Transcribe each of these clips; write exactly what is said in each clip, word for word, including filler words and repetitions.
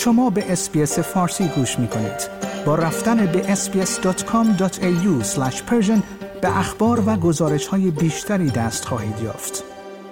شما به اس‌بی‌اس فارسی گوش می‌کنید. با رفتن به اس بی اس دات کام دات ای یو اسلش پرشن به اخبار و گزارش‌های بیشتری دست خواهید یافت.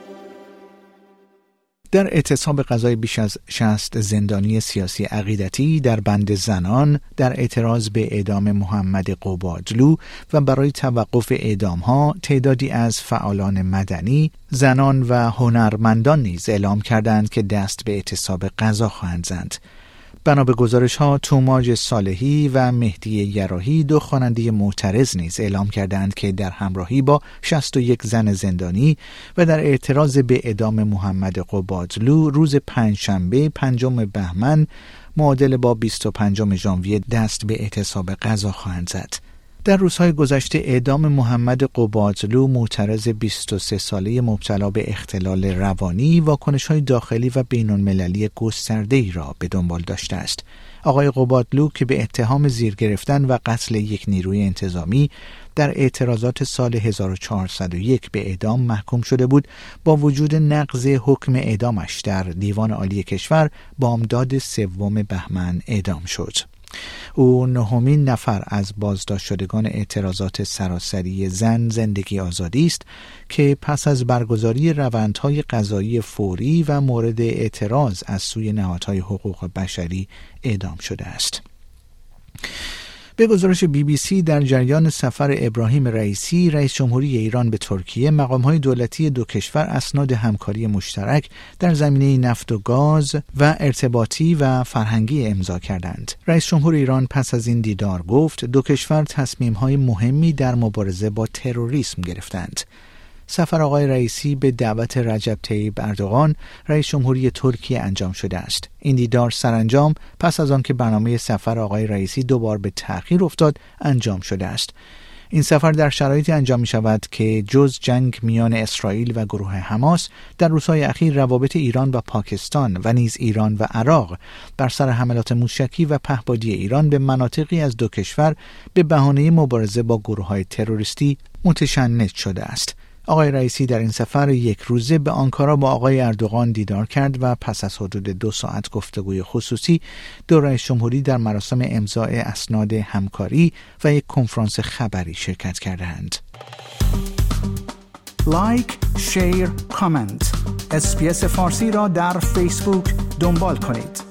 در اعتصاب غذای بیش از شصت زندانی سیاسی عقیدتی در بند زنان در اعتراض به اعدام محمد قبادلو و برای توقف اعدام‌ها، تعدادی از فعالان مدنی، زنان و هنرمندان نیز اعلام کردند که دست به اعتصاب غذا خواهند زد. بنا به گزارش‌ها، توماج صالحی و مهدی یراحی، دو خواننده معترض نیز اعلام کردند که در همراهی با شصت و یک زن زندانی و در اعتراض به اعدام محمد قبادلو روز پنجشنبه پنجم بهمن معادل با بیست و پنجم ژانویه دست به اعتصاب غذا خواهند زد. در روزهای گذشته اعدام محمد قبادلو، معترض بیست و سه ساله مبتلا به اختلال روانی، واکنش‌های داخلی و بین‌المللی گسترده‌ای را به دنبال داشته است. آقای قبادلو که به اتهام زیر گرفتن و قتل یک نیروی انتظامی در اعتراضات سال هزار و چهارصد و یک به اعدام محکوم شده بود، با وجود نقض حکم اعدامش در دیوان عالی کشور بامداد سوم بهمن اعدام شد. او نهمین نفر از بازداشت شدگان اعتراضات سراسری زن زندگی آزادی است که پس از برگزاری روندهای قضایی فوری و مورد اعتراض از سوی نهادهای حقوق بشری اعدام شده است. به گزارش بی بی سی، در جریان سفر ابراهیم رئیسی رئیس جمهوری ایران به ترکیه، مقام‌های دولتی دو کشور اسناد همکاری مشترک در زمینه نفت و گاز و ارتباطی و فرهنگی امضا کردند. رئیس جمهور ایران پس از این دیدار گفت دو کشور تصمیم‌های مهمی در مبارزه با تروریسم گرفتند. سفر آقای رئیسی به دعوت رجب طیب اردوغان رئیس جمهوری ترکیه انجام شده است. این دیدار سرانجام پس از آن که برنامه سفر آقای رئیسی دوبار به تأخیر افتاد انجام شده است. این سفر در شرایطی انجام می شود که جز جنگ میان اسرائیل و گروه حماس، در روزهای اخیر روابط ایران و پاکستان و نیز ایران و عراق بر سر حملات موشکی و پهپادی ایران به مناطقی از دو کشور به بهانه مبارزه با گروه‌های تروریستی متشنج شده است. آقای رئیسی در این سفر یک روزه به آنکارا با آقای اردوغان دیدار کرد و پس از حدود دو ساعت گفتگوی خصوصی، دو رئیس جمهوری در مراسم امضای اسناد همکاری و یک کنفرانس خبری شرکت کردند. لایک، شیر، کامنت. اس‌بی‌اس فارسی را در فیسبوک دنبال کنید.